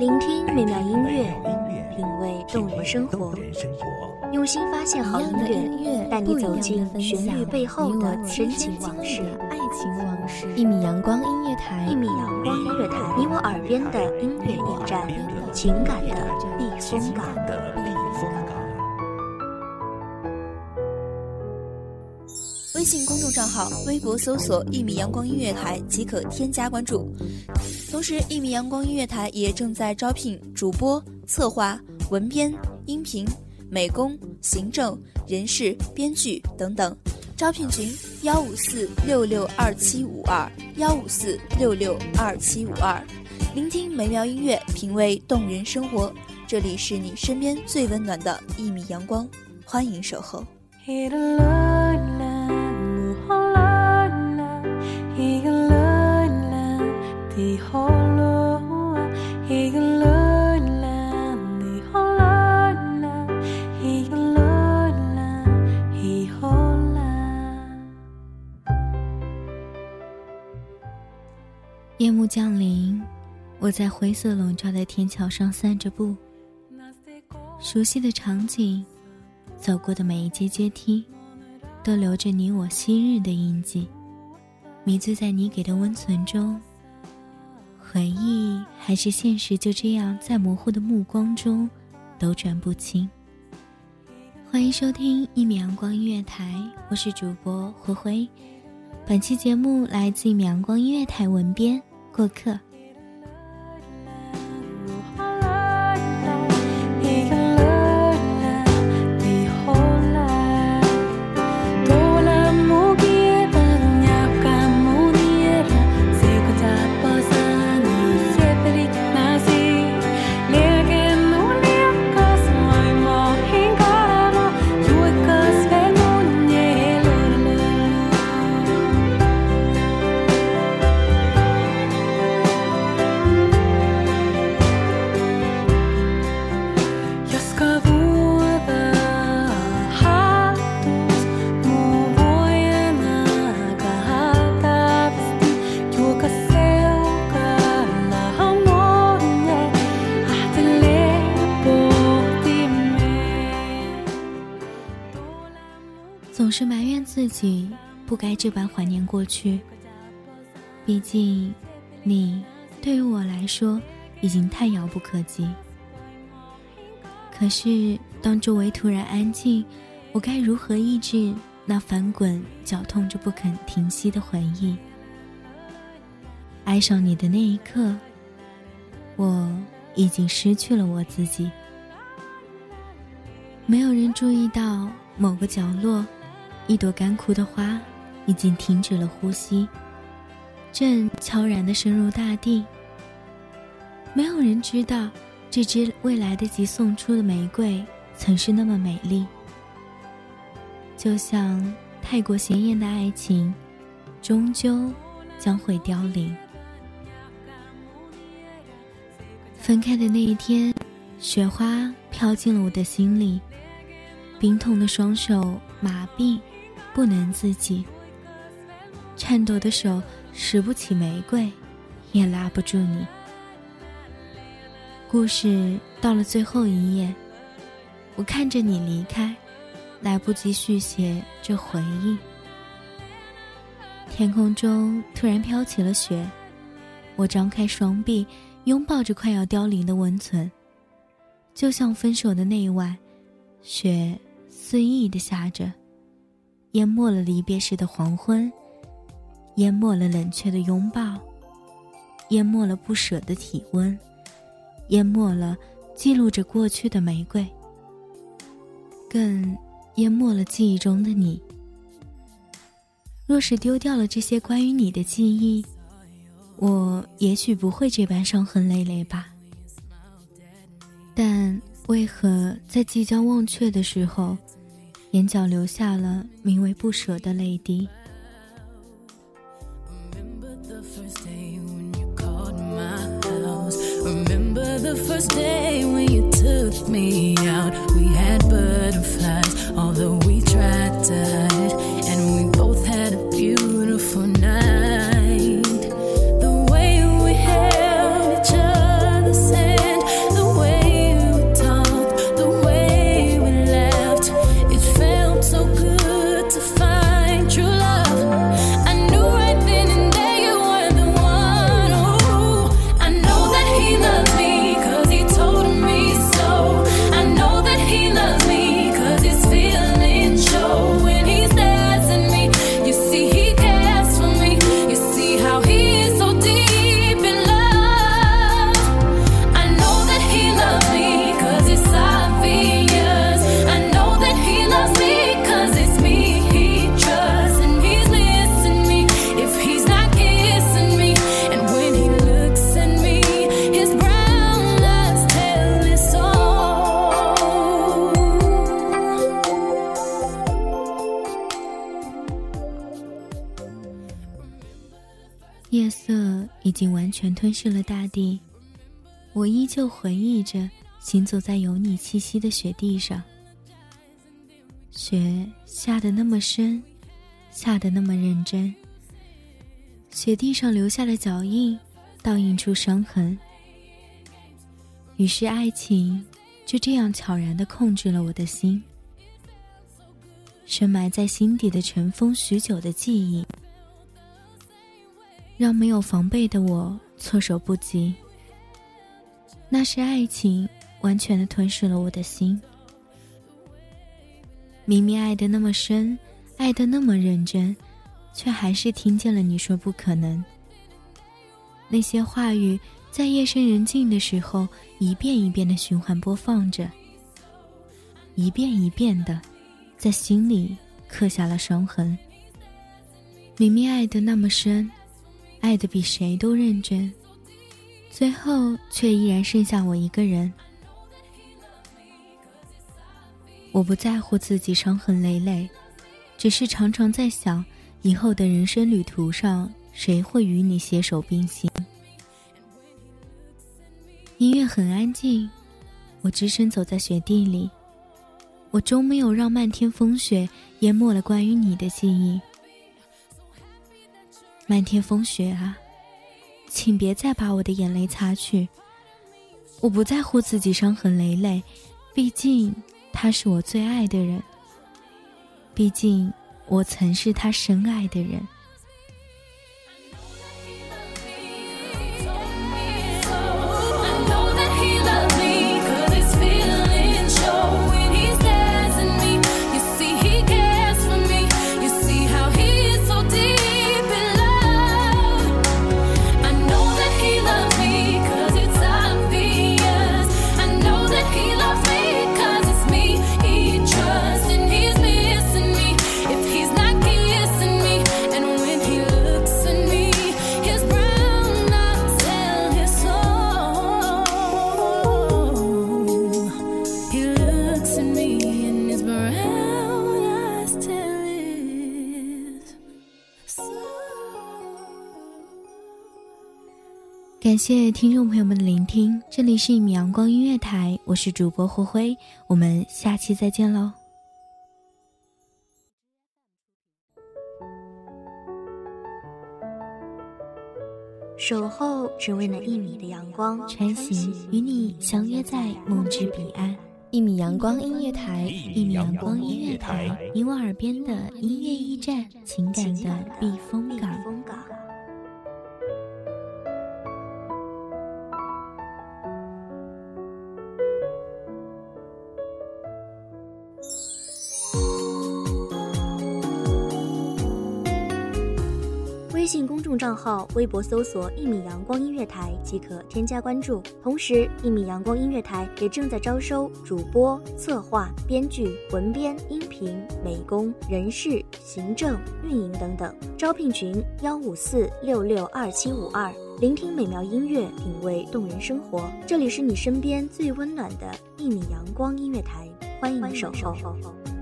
聆听美妙音乐，品味动人生活，用心发现好音乐，带你走进旋律背后的深情往事。 爱情往事。一米阳光音乐台， 一米阳光音乐台，你我耳边的音乐驿站，情感的避风港。 微信公众账号、微博搜索“一米阳光音乐台”即可添加关注。同时，一米阳光音乐台也正在招聘主播、策划、文编、音频、美工、行政、人事、编剧等等。招聘群154662752，154662752。聆听美妙音乐，品味动人生活。这里是你身边最温暖的一米阳光，欢迎守候。 夜幕降临，我在灰色笼罩的天桥上散着步，熟悉的场景，走过的每一阶阶梯，都留着你我昔日的印记，迷醉在你给的温存中。回忆还是现实，就这样在模糊的目光中斗转不清。欢迎收听一米阳光音乐台，我是主播灰灰。本期节目来自一米阳光音乐台文编过客。总是埋怨自己不该这般怀念过去，毕竟你对于我来说已经太遥不可及。可是当周围突然安静，我该如何抑制那翻滚绞痛着不肯停息的回忆？爱上你的那一刻，我已经失去了我自己。没有人注意到某个角落，一朵干枯的花已经停止了呼吸，正悄然地深入大地。没有人知道，这支未来得及送出的玫瑰曾是那么美丽。就像太过鲜艳的爱情，终究将会凋零。分开的那一天，雪花飘进了我的心里，冰痛的双手麻痹不能自己，颤抖的手拾不起玫瑰，也拉不住你。故事到了最后一页，我看着你离开，来不及续写这回忆。天空中突然飘起了雪，我张开双臂，拥抱着快要凋零的温存，就像分手的那一晚，雪肆意地下着，淹没了离别时的黄昏，淹没了冷却的拥抱，淹没了不舍的体温，淹没了记录着过去的玫瑰，更淹没了记忆中的你。若是丢掉了这些关于你的记忆，我也许不会这般伤痕累累吧。但为何在即将忘却的时候，眼角流下了名为不舍的泪滴 ？Remember the first day when you took me out. We had butterflies, although we tried to hide, and we both had a beautiful night. The way we held each other's hand 全吞噬了大地，我依旧回忆着行走在有你气息的雪地上。雪下得那么深，下得那么认真，雪地上留下的脚印倒映出伤痕。于是爱情就这样悄然地控制了我的心，深埋在心底的尘封许久的记忆，让没有防备的我措手不及。那是爱情完全地吞噬了我的心。明明爱得那么深，爱得那么认真，却还是听见了你说不可能。那些话语在夜深人静的时候一遍一遍地循环播放着，一遍一遍地在心里刻下了伤痕。明明爱得那么深，爱得比谁都认真，最后却依然剩下我一个人。我不在乎自己伤痕累累，只是常常在想，以后的人生旅途上，谁会与你携手并行。音乐很安静，我只身走在雪地里，我终没有让漫天风雪淹没了关于你的记忆。漫天风雪啊，请别再把我的眼泪擦去。我不在乎自己伤痕累累，毕竟他是我最爱的人，毕竟我曾是他深爱的人。感谢听众朋友们的聆听，这里是一米阳光音乐台，我是主播霍辉，我们下期再见喽。 守候只为那1米的阳光， 穿行与你相约在梦之彼岸。 1米阳光音乐台 ，1米阳光音乐台，你我耳边的音乐驿站，情感的避风港。 微信公众账号、微博搜索1米阳光音乐台即可添加关注。同时，1米阳光音乐台也正在招收主播、策划、编剧、文编、音频、美工、人事、行政、运营等等。招聘群154662752。聆听美妙音乐，品味动人生活。这里是你身边最温暖的1米阳光音乐台，欢迎守候。